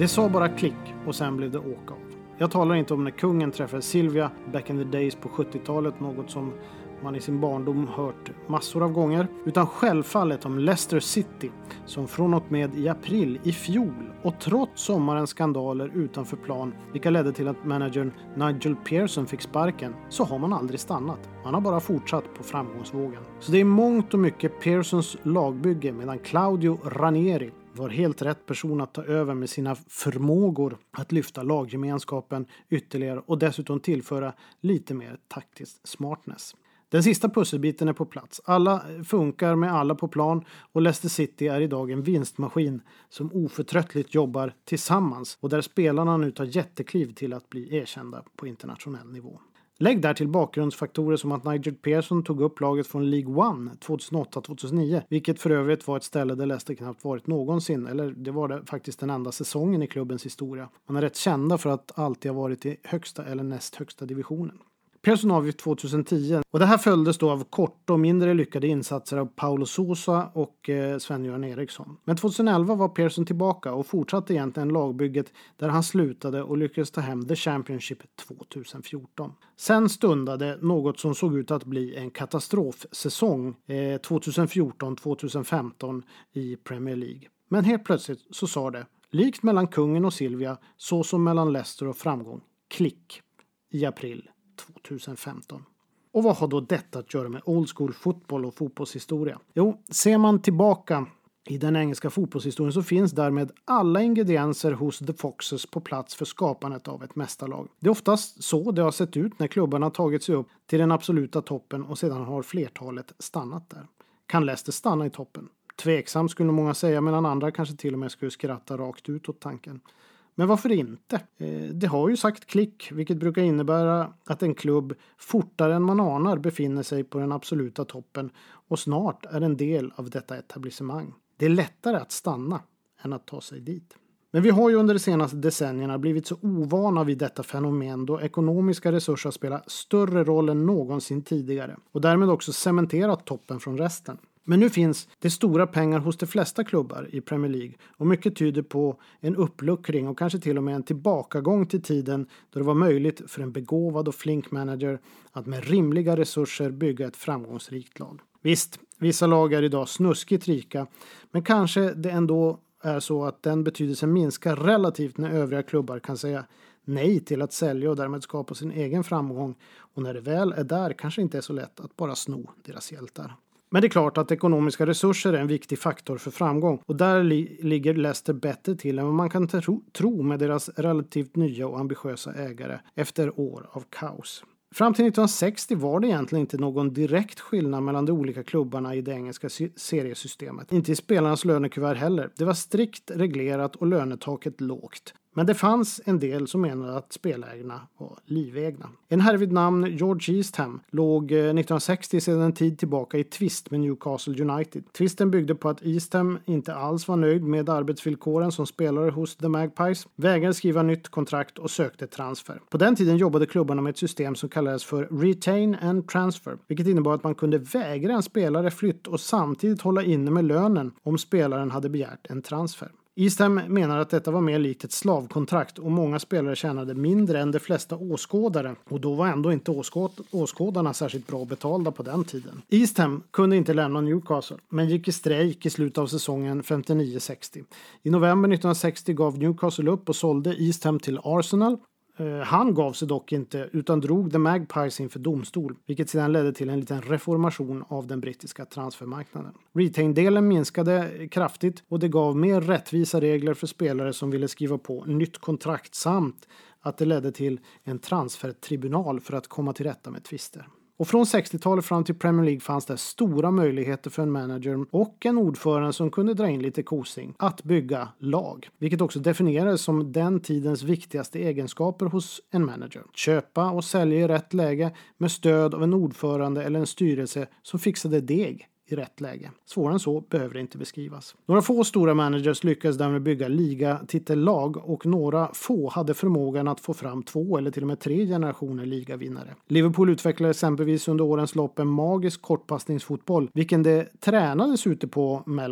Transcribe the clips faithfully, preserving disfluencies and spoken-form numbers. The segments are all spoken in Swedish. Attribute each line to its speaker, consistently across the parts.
Speaker 1: Det sa bara klick och sen blev det åka av. Jag talar inte om när kungen träffade Silvia back in the days på sjuttiotalet, något som man i sin barndom hört massor av gånger, utan självfallet om Leicester City som från och med i april i fjol och trots sommarens skandaler utanför plan, vilka ledde till att managern Nigel Pearson fick sparken, så har man aldrig stannat. Man har bara fortsatt på framgångsvågen. Så det är mångt och mycket Pearsons lagbygge, medan Claudio Ranieri var helt rätt person att ta över med sina förmågor att lyfta laggemenskapen ytterligare och dessutom tillföra lite mer taktisk smartness. Den sista pusselbiten är på plats. Alla funkar med alla på plan och Leicester City är idag en vinstmaskin som oförtröttligt jobbar tillsammans och där spelarna nu tar jättekliv till att bli erkända på internationell nivå. Lägg där till bakgrundsfaktorer som att Nigel Pearson tog upp laget från League One tjugohundraåtta tjugohundranio, vilket för övrigt var ett ställe där Leicester knappt varit någonsin, eller det var det faktiskt den enda säsongen i klubbens historia. Man är rätt kända för att alltid ha varit i högsta eller näst högsta divisionen. Pearson avgick tjugohundratio och det här följdes då av korta och mindre lyckade insatser av Paulo Sousa och eh, Sven-Göran Eriksson. Men tjugohundraelva var Pearson tillbaka och fortsatte egentligen lagbygget där han slutade och lyckades ta hem The Championship tjugohundrafjorton. Sen stundade något som såg ut att bli en katastrofsäsong eh, tjugohundrafjorton tjugohundrafemton i Premier League. Men helt plötsligt så sa det, likt mellan kungen och Silvia, så som mellan Leicester och framgång, klick i april tjugohundrafemton. Och vad har då detta att göra med old school fotboll och fotbollshistoria? Jo, ser man tillbaka i den engelska fotbollshistorien så finns därmed alla ingredienser hos The Foxes på plats för skapandet av ett mästarlag. Det är oftast så det har sett ut när klubbarna tagit sig upp till den absoluta toppen och sedan har flertalet stannat där. Kan Leicester stanna i toppen? Tveksamt skulle många säga, medan andra kanske till och med skulle skratta rakt ut åt tanken. Men varför inte? Det har ju sagt klick, vilket brukar innebära att en klubb fortare än man anar befinner sig på den absoluta toppen och snart är en del av detta etablissemang. Det är lättare att stanna än att ta sig dit. Men vi har ju under de senaste decennierna blivit så ovana vid detta fenomen då ekonomiska resurser spelar större roll än någonsin tidigare och därmed också cementerat toppen från resten. Men nu finns det stora pengar hos de flesta klubbar i Premier League och mycket tyder på en uppluckring och kanske till och med en tillbakagång till tiden då det var möjligt för en begåvad och flink manager att med rimliga resurser bygga ett framgångsrikt lag. Visst, vissa lag är idag snuskigt rika, men kanske det ändå är så att den betydelsen minskar relativt när övriga klubbar kan säga nej till att sälja och därmed skapa sin egen framgång, och när det väl är där kanske inte är så lätt att bara sno deras hjältar. Men det är klart att ekonomiska resurser är en viktig faktor för framgång och där li- ligger Leicester bättre till än vad man kan tro, tro med deras relativt nya och ambitiösa ägare efter år av kaos. Fram till nittonhundrasextio var det egentligen inte någon direkt skillnad mellan de olika klubbarna i det engelska seriesystemet. Inte i spelarnas lönekuvert heller. Det var strikt reglerat och lönetaket lågt. Men det fanns en del som menade att spelägarna var livegna. En herre vid namn George Eastham låg nittonhundrasextio sedan en tid tillbaka i tvist med Newcastle United. Tvisten byggde på att Eastham inte alls var nöjd med arbetsvillkoren som spelare hos The Magpies, vägrade skriva nytt kontrakt och sökte transfer. På den tiden jobbade klubbarna med ett system som kallades för Retain and Transfer, vilket innebar att man kunde vägra en spelare flytt och samtidigt hålla inne med lönen om spelaren hade begärt en transfer. Eastham menar att detta var mer likt ett slavkontrakt och många spelare tjänade mindre än de flesta åskådare, och då var ändå inte åskåd- åskådarna särskilt bra betalda på den tiden. Eastham kunde inte lämna Newcastle men gick i strejk i slutet av säsongen femtionio sextio. I november nittonhundrasextio gav Newcastle upp och sålde Eastham till Arsenal. Han gav sig dock inte utan drog The Magpies inför domstol, vilket sedan ledde till en liten reformation av den brittiska transfermarknaden. Retain-delen minskade kraftigt och det gav mer rättvisa regler för spelare som ville skriva på nytt kontrakt samt att det ledde till en transfertribunal för att komma till rätta med tvister. Och från sextiotalet fram till Premier League fanns det stora möjligheter för en manager och en ordförande som kunde dra in lite kosing att bygga lag, vilket också definierades som den tidens viktigaste egenskaper hos en manager. Köpa och sälja i rätt läge med stöd av en ordförande eller en styrelse som fixade deg i rätt läge. Svårare än så behöver det inte beskrivas. Några få stora managers lyckades därmed bygga ligatitellag och några få hade förmågan att få fram två eller till och med tre generationer ligavinnare. Liverpool utvecklade exempelvis under årens lopp en magisk kortpassningsfotboll, vilken det tränades ute på Melwood.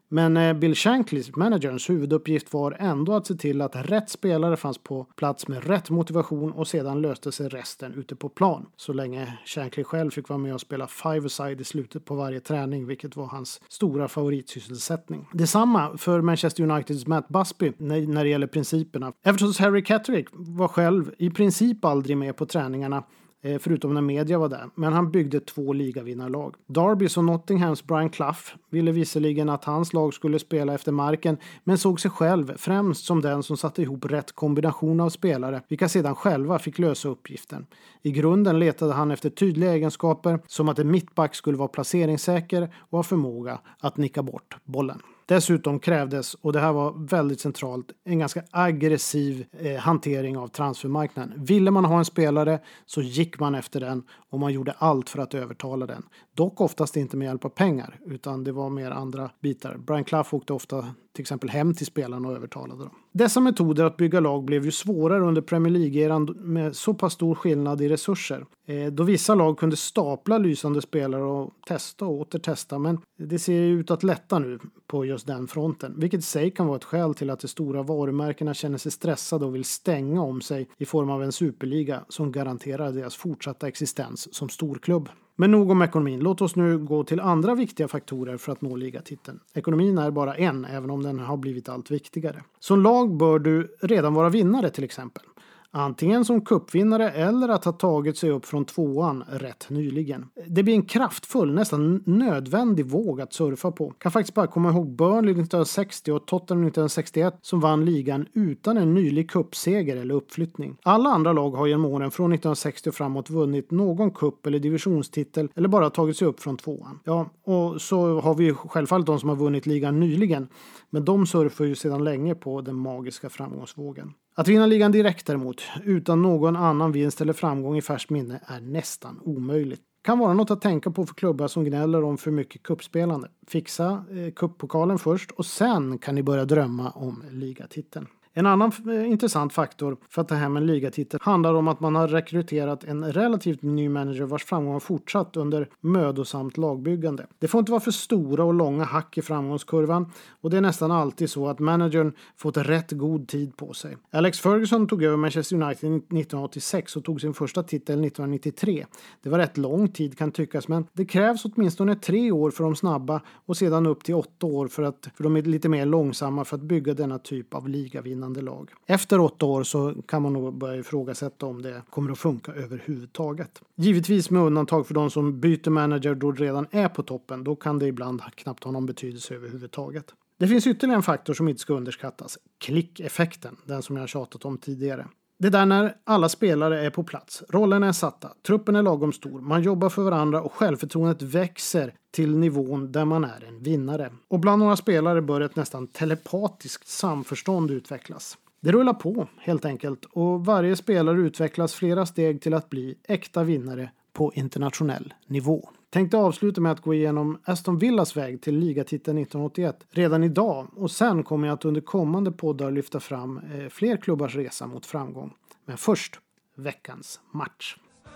Speaker 1: Men Bill Shankly, managerns huvuduppgift var ändå att se till att rätt spelare fanns på plats med rätt motivation och sedan löste sig resten ute på plan. Så länge Shankly själv fick vara med och spela five-a-side i slutet på varje träning, vilket var hans stora favoritsysselsättning. Detsamma för Manchester Uniteds Matt Busby när det gäller principerna. Evertons Harry Catterick var själv i princip aldrig med på träningarna, förutom när media var där, men han byggde två ligavinnarlag. Derbys och Nottinghams Brian Clough ville visserligen att hans lag skulle spela efter marken, men såg sig själv främst som den som satte ihop rätt kombination av spelare, vilka sedan själva fick lösa uppgiften. I grunden letade han efter tydliga egenskaper som att en mittback skulle vara placeringssäker och ha förmåga att nicka bort bollen. Dessutom krävdes, och det här var väldigt centralt, en ganska aggressiv eh, hantering av transfermarknaden. Ville man ha en spelare så gick man efter den och man gjorde allt för att övertala den. Dock oftast inte med hjälp av pengar, utan det var mer andra bitar. Brian Clough åkte ofta till exempel hem till spelarna och övertalade dem. Dessa metoder att bygga lag blev ju svårare under Premier League-eran med så pass stor skillnad i resurser. Eh, då vissa lag kunde stapla lysande spelare och testa och återtesta, men det ser ju ut att lätta nu på just den fronten, vilket i sig kan vara ett skäl till att de stora varumärkena känner sig stressade och vill stänga om sig i form av en superliga som garanterar deras fortsatta existens som storklubb. Men nog om ekonomin. Låt oss nu gå till andra viktiga faktorer för att nå ligatiteln. Ekonomin är bara en, även om den har blivit allt viktigare. Som lag bör du redan vara vinnare till exempel. Antingen som cupvinnare eller att ha tagit sig upp från tvåan rätt nyligen. Det blir en kraftfull, nästan nödvändig våg att surfa på. Kan faktiskt bara komma ihåg Burnley nittonhundrasextio och Tottenham nittonhundrasextioett som vann ligan utan en nylig cupseger eller uppflyttning. Alla andra lag har genom åren från nittonhundrasextio framåt vunnit någon cup eller divisionstitel eller bara tagit sig upp från tvåan. Ja, och så har vi ju självfallet de som har vunnit ligan nyligen, men de surfar ju sedan länge på den magiska framgångsvågen. Att vinna ligan direkt däremot, utan någon annan vinst eller framgång i färskt minne, är nästan omöjligt. Kan vara något att tänka på för klubbar som gnäller om för mycket kuppspelande. Fixa eh, kuppokalen först och sen kan ni börja drömma om ligatiteln. En annan eh, intressant faktor för att ta hem en ligatitel handlar om att man har rekryterat en relativt ny manager vars framgång har fortsatt under mödosamt lagbyggande. Det får inte vara för stora och långa hack i framgångskurvan och det är nästan alltid så att managern fått rätt god tid på sig. Alex Ferguson tog över Manchester United nittonhundraåttiosex och tog sin första titel nittonhundranittiotre. Det var rätt lång tid kan tyckas, men det krävs åtminstone tre år för de snabba och sedan upp till åtta år för att för de är lite mer långsamma för att bygga denna typ av ligavinnande lag. Efter åtta år så kan man nog börja ifrågasätta om det kommer att funka överhuvudtaget. Givetvis med undantag för de som byter manager då redan är på toppen, då kan det ibland knappt ha någon betydelse överhuvudtaget. Det finns ytterligare en faktor som inte ska underskattas. Klickeffekten, den som jag har tjatat om tidigare. Det där när alla spelare är på plats, rollerna är satta, truppen är lagom stor, man jobbar för varandra och självförtroendet växer till nivån där man är en vinnare. Och bland några spelare bör ett nästan telepatiskt samförstånd utvecklas. Det rullar på helt enkelt och varje spelare utvecklas flera steg till att bli äkta vinnare på internationell nivå. Tänkte avsluta med att gå igenom Aston Villas väg till ligatiteln nittonhundraåttioett redan idag och sen kommer jag att under kommande poddar lyfta fram eh, fler klubbars resa mot framgång. Men först, veckans match.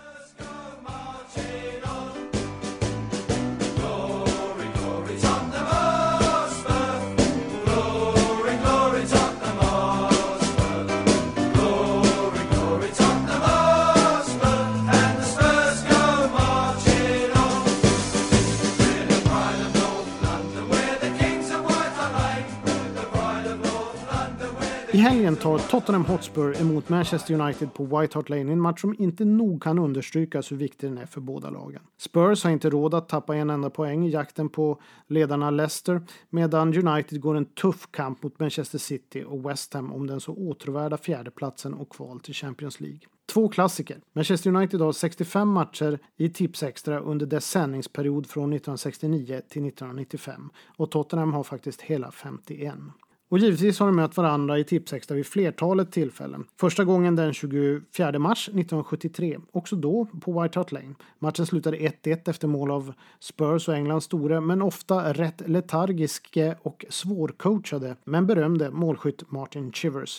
Speaker 1: I helgen tar Tottenham Hotspur emot Manchester United på White Hart Lane, en match som inte nog kan understrykas hur viktig den är för båda lagen. Spurs har inte råd att tappa en enda poäng i jakten på ledarna Leicester, medan United går en tuff kamp mot Manchester City och West Ham om den så återvärda fjärdeplatsen och kval till Champions League. Två klassiker. Manchester United har sextiofem matcher i Tipsextra under dess sändningsperiod från nittonhundrasextionio till nittonhundranittiofem och Tottenham har faktiskt hela femtioen. Och givetvis har de mött varandra i Tipsextra vid flertalet tillfällen. Första gången den tjugofjärde mars nittonhundrasjuttiotre, också då på White Hart Lane. Matchen slutade ett ett efter mål av Spurs och Englands store, men ofta rätt letargiske och svårcoachade, men berömde målskytt Martin Chivers.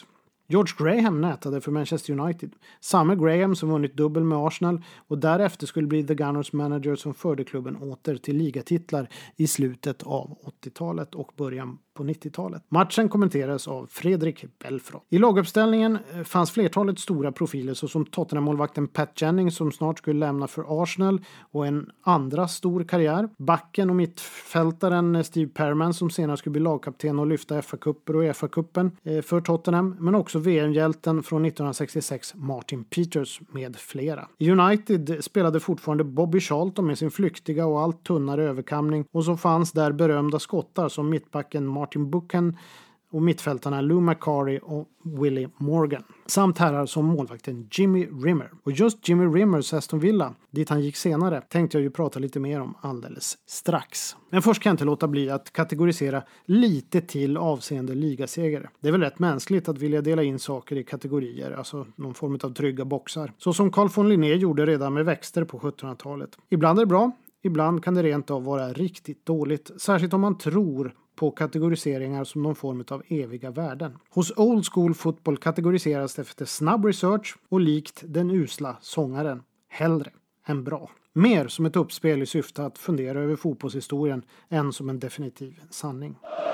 Speaker 1: George Graham nätade för Manchester United. Samme Graham som vunnit dubbel med Arsenal och därefter skulle bli The Gunners manager som förde klubben åter till ligatitlar i slutet av åttiotalet och början på nittiotalet. Matchen kommenterades av Fredrik Belfront. I laguppställningen fanns flertalet stora profiler såsom Tottenham-målvakten Pat Jennings som snart skulle lämna för Arsenal och en andra stor karriär. Backen och mittfältaren Steve Perman som senare skulle bli lagkapten och lyfta F A-cuper och E F A-cupen för Tottenham, men också V M-hjälten från nittonhundrasextiosex Martin Peters med flera. I United spelade fortfarande Bobby Charlton med sin flyktiga och allt tunnare överkamning och så fanns där berömda skottar som mittbacken Martin Buchan och mittfältarna Lou McCarry och Willie Morgan. Samt herrar som målvakten Jimmy Rimmer. Och just Jimmy Rimmers Aston Villa, dit han gick senare, tänkte jag ju prata lite mer om alldeles strax. Men först kan jag inte låta bli att kategorisera lite till avseende ligasegare. Det är väl rätt mänskligt att vilja dela in saker i kategorier, alltså någon form av trygga boxar. Så som Carl von Linné gjorde redan med växter på sjuttonhundratalet. Ibland är det bra, ibland kan det rent av vara riktigt dåligt. Särskilt om man tror på kategoriseringar som någon form av eviga värden. Hos Old School Football kategoriseras det efter snabb research och likt den usla sångaren. Hellre än bra. Mer som ett uppspel i syfte att fundera över fotbollshistorien än som en definitiv sanning.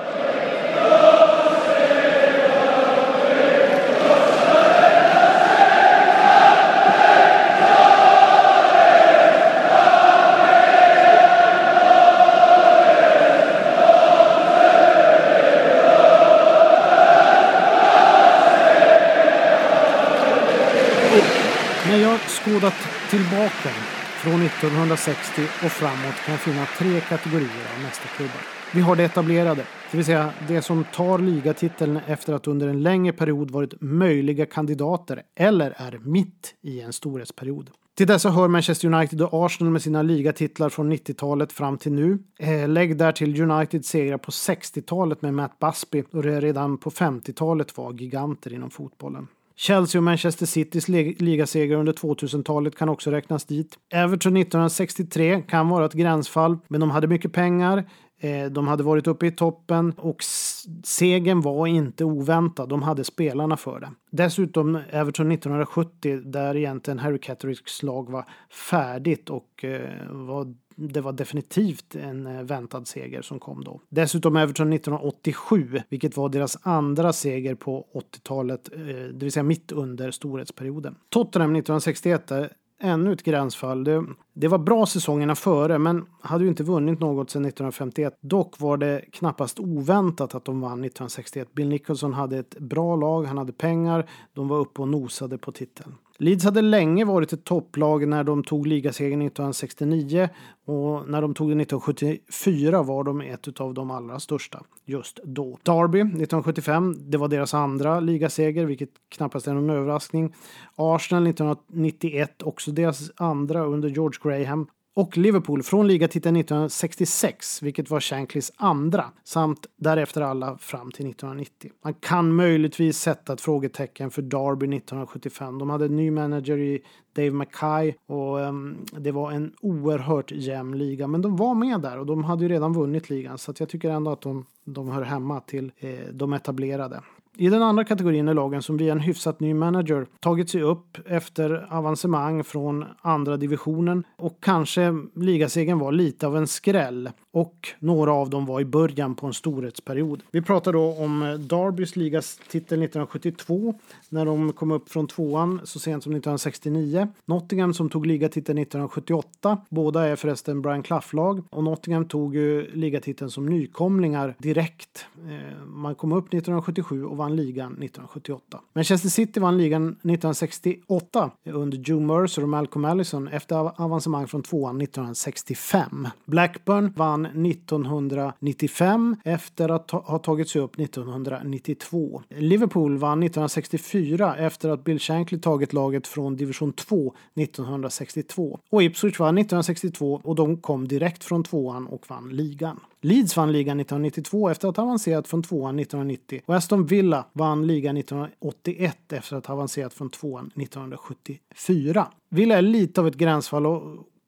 Speaker 1: När jag skådat tillbaka från nittonhundrasextio och framåt kan jag finna tre kategorier av mästarklubbar. Vi har det etablerade, det vill säga det som tar ligatiteln efter att under en längre period varit möjliga kandidater eller är mitt i en storhetsperiod. Till dessa hör Manchester United och Arsenal med sina ligatitlar från nittiotalet fram till nu. Lägg där till United segrar på sextiotalet med Matt Busby och det redan på femtiotalet var giganter inom fotbollen. Chelsea och Manchester Citys ligasegrar under tvåtusentalet kan också räknas dit. Everton nittonhundrasextiotre kan vara ett gränsfall, men de hade mycket pengar. De hade varit uppe i toppen och segern var inte oväntad. De hade spelarna för det. Dessutom Everton nittonhundrasjuttio där egentligen Harry Cattericks lag var färdigt och var, det var definitivt en väntad seger som kom då. Dessutom Everton nittonhundraåttiosju, vilket var deras andra seger på åttiotalet, det vill säga mitt under storhetsperioden. Tottenham nittonhundrasextioett ännu ett gränsfall. Det, det var bra säsongerna före men hade ju inte vunnit något sedan nittonhundrafemtioett. Dock var det knappast oväntat att de vann nittonhundrasextioett. Bill Nicholson hade ett bra lag, han hade pengar, de var uppe och nosade på titeln. Leeds hade länge varit ett topplag när de tog ligasegern nittonhundrasextionio och när de tog det nittonhundrasjuttiofyra var de ett av de allra största just då. Derby nittonhundrasjuttiofem, det var deras andra ligaseger, vilket knappast är någon överraskning. Arsenal nittonhundranittioett, också deras andra under George Graham. Och Liverpool från ligatiteln nittonhundrasextiosex, vilket var Shanklys andra, samt därefter alla fram till nittonhundranittio. Man kan möjligtvis sätta ett frågetecken för Derby nittonhundrasjuttiofem. De hade en ny manager i Dave Mackay och um, det var en oerhört jämn liga. Men de var med där och de hade ju redan vunnit ligan, så att jag tycker ändå att de, de hör hemma till eh, de etablerade. I den andra kategorin är lagen som via en hyfsat ny manager tagit sig upp efter avancemang från andra divisionen och kanske ligasegern var lite av en skräll och några av dem var i början på en storhetsperiod. Vi pratar då om Derbys ligastitel nittonhundrasjuttiotvå när de kom upp från tvåan så sent som nittonhundrasextionio. Nottingham som tog ligatiteln nittonhundrasjuttioåtta, båda är förresten Brian Clough-lag, och Nottingham tog ju ligatiteln som nykomlingar direkt. Man kom upp nittonhundrasjuttiosju och vann ligan nittonhundrasjuttioåtta. Manchester City vann ligan nittonhundrasextioåtta under Joe Mercer och Malcolm Allison efter avancemang från tvåan nittonhundrasextiofem. Blackburn vann nittonhundranittiofem efter att ha tagit sig upp nittonhundranittiotvå. Liverpool vann nittonhundrasextiofyra efter att Bill Shankly tagit laget från division två nittonhundrasextiotvå. Och Ipswich vann nittonhundrasextiotvå och de kom direkt från tvåan och vann ligan. Leeds vann ligan nittonhundranittiotvå efter att ha avancerat från tvåan nittonhundranittio och Aston Villa vann ligan nittonhundraåttioett efter att ha avancerat från tvåan nittonhundrasjuttiofyra. Villa är lite av ett gränsfall och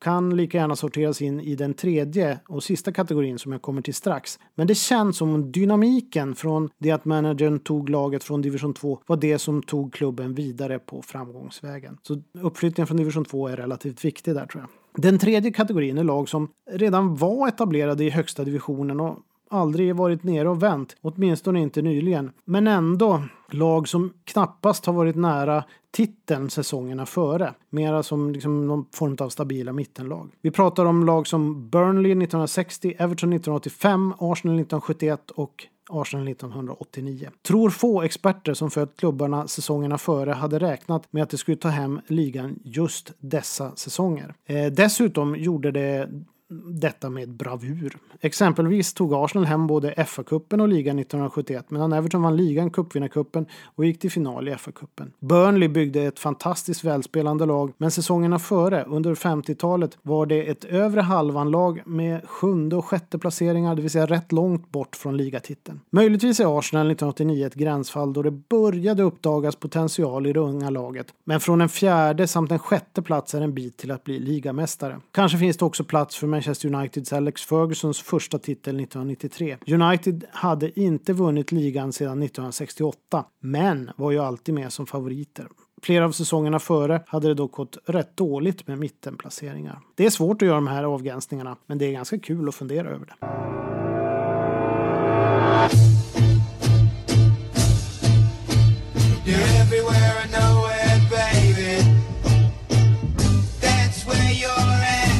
Speaker 1: kan lika gärna sorteras in i den tredje och sista kategorin som jag kommer till strax. Men det känns som dynamiken från det att managern tog laget från division två var det som tog klubben vidare på framgångsvägen. Så uppflyttningen från division två är relativt viktig där, tror jag. Den tredje kategorin är lag som redan var etablerade i högsta divisionen och aldrig varit nere och vänt, åtminstone inte nyligen. Men ändå lag som knappast har varit nära titeln säsongerna före. Mera som liksom någon form av stabila mittenlag. Vi pratar om lag som Burnley nittonhundrasextio, Everton nittonhundraåttiofem, Arsenal nittonhundrasjuttioett och Arsenal nittonhundraåttionio. Tror få experter som följt klubbarna säsongerna före hade räknat med att det skulle ta hem ligan just dessa säsonger. Eh, dessutom gjorde det detta med bravur. Exempelvis tog Arsenal hem både F A-cupen och ligan nittonhundrasjuttioett, medan Everton vann ligan, cupvinnarcupen och gick till final i F A-cupen. Burnley byggde ett fantastiskt välspelande lag, men säsongerna före, under femtiotalet, var det ett övre halvanlag med sjunde och sjätte placeringar, det vill säga rätt långt bort från ligatiteln. Möjligtvis är Arsenal nittonhundraåttionio ett gränsfall då det började uppdagas potential i det unga laget, men från en fjärde samt en sjätte plats är en bit till att bli ligamästare. Kanske finns det också plats för Manchester Uniteds Alex Fergusons första titel nittonhundranittiotre. United hade inte vunnit ligan sedan nittonhundrasextioåtta, men var ju alltid med som favoriter. Flera av säsongerna före hade det dock gått rätt dåligt med mittenplaceringar. Det är svårt att göra de här avgränsningarna, men det är ganska kul att fundera över det. You're everywhere and nowhere, baby. That's where you're at.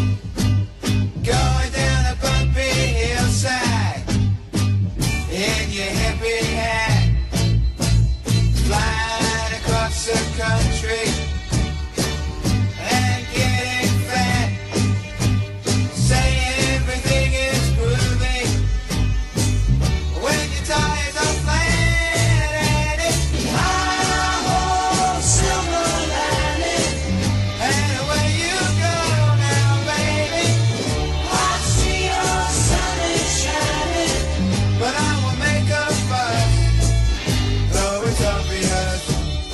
Speaker 1: Going down a bumpy hillside in your hippie hat, flying across the country and getting fat, saying everything is groovy when your tires are flat and it's high-hole silver lining, and away you go now, baby. I see your sun is shining, but I will make a fuss, though it's obvious.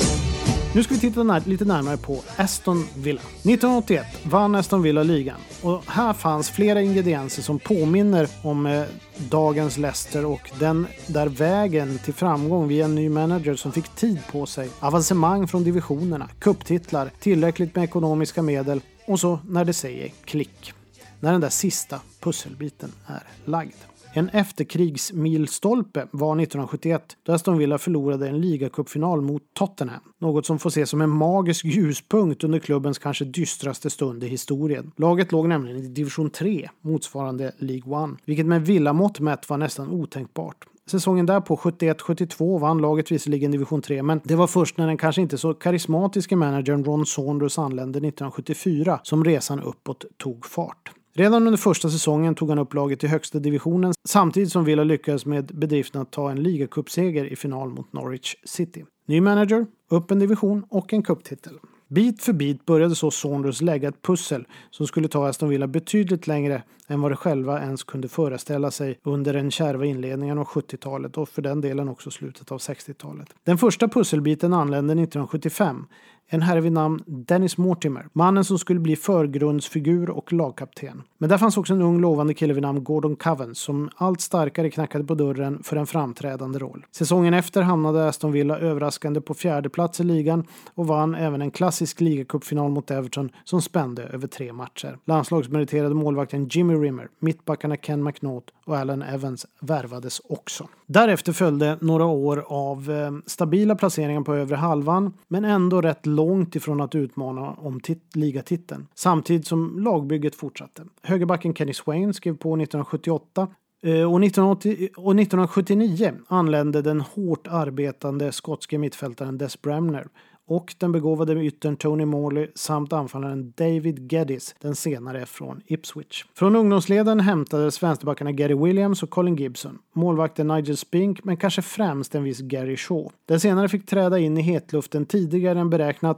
Speaker 1: Nu ska vi titta när- lite närmare på Aston Villa. nittonhundraåttioett vann Aston Villa ligan och här fanns flera ingredienser som påminner om eh, dagens Leicester och den där vägen till framgång via en ny manager som fick tid på sig, avancemang från divisionerna, cuptitlar, tillräckligt med ekonomiska medel och så när det säger klick. När den där sista pusselbiten är lagd. En efterkrigsmilstolpe var nittonhundrasjuttioett då Aston Villa förlorade en ligacupfinal mot Tottenham. Något som får ses som en magisk ljuspunkt under klubbens kanske dystraste stund i historien. Laget låg nämligen i division tre, motsvarande League One, vilket med Villa-mått mätt var nästan otänkbart. Säsongen där på sjuttioett sjuttiotvå vann laget visserligen division tre, men det var först när den kanske inte så karismatiska managern Ron Saunders anlände nittonhundrasjuttiofyra som resan uppåt tog fart. Redan under första säsongen tog han upp laget till högsta divisionen samtidigt som Villa lyckades med bedriften att ta en ligacupseger i final mot Norwich City. Ny manager, upp en division och en cuptitel. Bit för bit började så Saunders lägga ett pussel som skulle ta Aston Villa betydligt längre än vad de själva ens kunde föreställa sig under den kärva inledningen av sjuttiotalet och för den delen också slutet av sextiotalet. Den första pusselbiten anlände nittonhundrasjuttiofem. En herre vid namn Dennis Mortimer, mannen som skulle bli förgrundsfigur och lagkapten. Men där fanns också en ung lovande kille vid namn Gordon Covens som allt starkare knackade på dörren för en framträdande roll. Säsongen efter hamnade Aston Villa överraskande på fjärde plats i ligan och vann även en klassisk ligacupfinal mot Everton som spände över tre matcher. Landslagsmeriterade målvakten Jimmy Rimmer, mittbackarna Ken McNaught och Alan Evans värvades också. Därefter följde några år av eh, stabila placeringar på övre halvan, men ändå rätt långt ifrån att utmana om tit- ligatiteln. Samtidigt som lagbygget fortsatte. Högerbacken Kenny Swain skrev på nittonhundrasjuttioåtta eh, och, nittonhundraåttio och nittonhundrasjuttionio anlände den hårt arbetande skotske mittfältaren Des Bremner och den begåvade yttern Tony Morley samt anfallaren David Geddes, den senare från Ipswich. Från ungdomsleden hämtades vänsterbackarna Gary Williams och Colin Gibson, målvakten Nigel Spink men kanske främst en viss Gary Shaw. Den senare fick träda in i hetluften tidigare än beräknat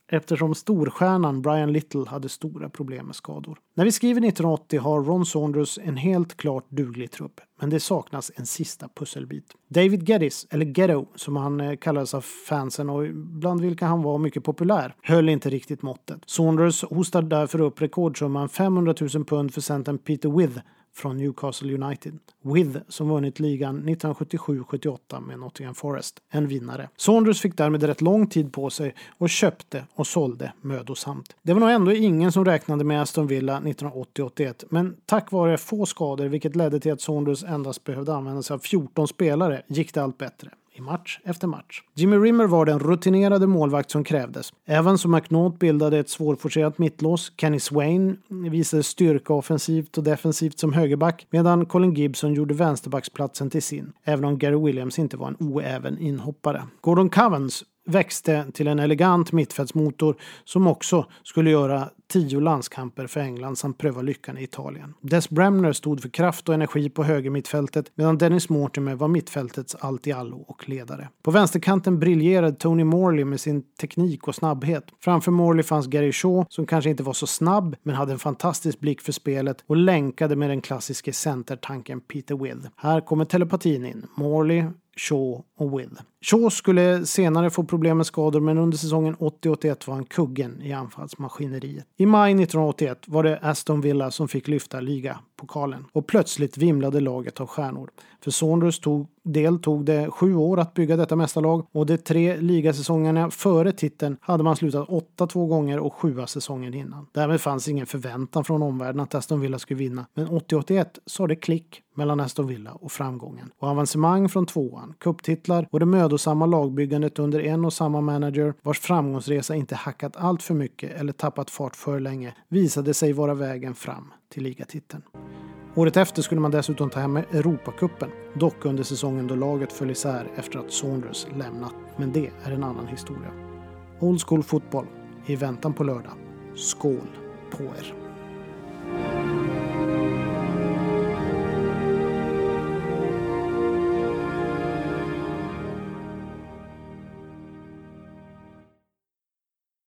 Speaker 1: eftersom storstjärnan Brian Little hade stora problem med skador. När vi skriver nittonhundraåttio har Ron Saunders en helt klart duglig trupp, men det saknas en sista pusselbit. David Geddes, eller Ghetto som han kallades av fansen och bland vilka han var mycket populär, höll inte riktigt måttet. Saunders hostade därför upp rekordsumman femhundratusen pund för centern Peter With från Newcastle United. With som vunnit ligan nittonhundrasjuttiosju sjuttioåtta med Nottingham Forest, en vinnare. Saunders fick därmed rätt lång tid på sig och köpte och sålde mödosamt. Det var nog ändå ingen som räknade med Aston Villa nittonhundraåttio åttioett, men tack vare få skador, vilket ledde till att Saunders endast behövde använda sig av fjorton spelare, gick det allt bättre. I match efter match. Jimmy Rimmer var den rutinerade målvakt som krävdes. Evans och McNaught bildade ett svårforcerat mittlås. Kenny Swain visade styrka offensivt och defensivt som högerback, medan Colin Gibson gjorde vänsterbacksplatsen till sin, även om Gary Williams inte var en oäven inhoppare. Gordon Covens växte till en elegant mittfältsmotor som också skulle göra tio landskamper för England samt pröva lyckan i Italien. Des Bremner stod för kraft och energi på höger mittfältet, medan Dennis Mortimer var mittfältets allt i allo och ledare. På vänsterkanten briljerade Tony Morley med sin teknik och snabbhet. Framför Morley fanns Gary Shaw som kanske inte var så snabb men hade en fantastisk blick för spelet och länkade med den klassiska centertanken Peter With. Här kommer telepatin in. Morley, Shaw och With. Shaw skulle senare få problem med skador, men under säsongen åttio åttioett var han kuggen i anfallsmaskineriet. I maj nittonhundraåttioett var det Aston Villa som fick lyfta ligapokalen och plötsligt vimlade laget av stjärnor. För Saunders tog, del tog det sju år att bygga detta mästarlag och de tre ligasäsongerna före titeln hade man slutat åtta två gånger och sjua säsongen innan. Därmed fanns ingen förväntan från omvärlden att Aston Villa skulle vinna, men åttio åttioett sa det klick mellan Aston Villa och framgången. Och avancemang från tvåan, kupptitlar och det mödosamma lagbyggandet under en och samma manager vars framgångsresa inte hackat allt för mycket eller tappat fart för länge visade sig vara vägen fram till ligatiteln. Året efter skulle man dessutom ta hem Europacupen, dock under säsongen då laget föll isär efter att Saunders lämnat. Men det är en annan historia. Old School fotboll i väntan på lördag. Skål på er!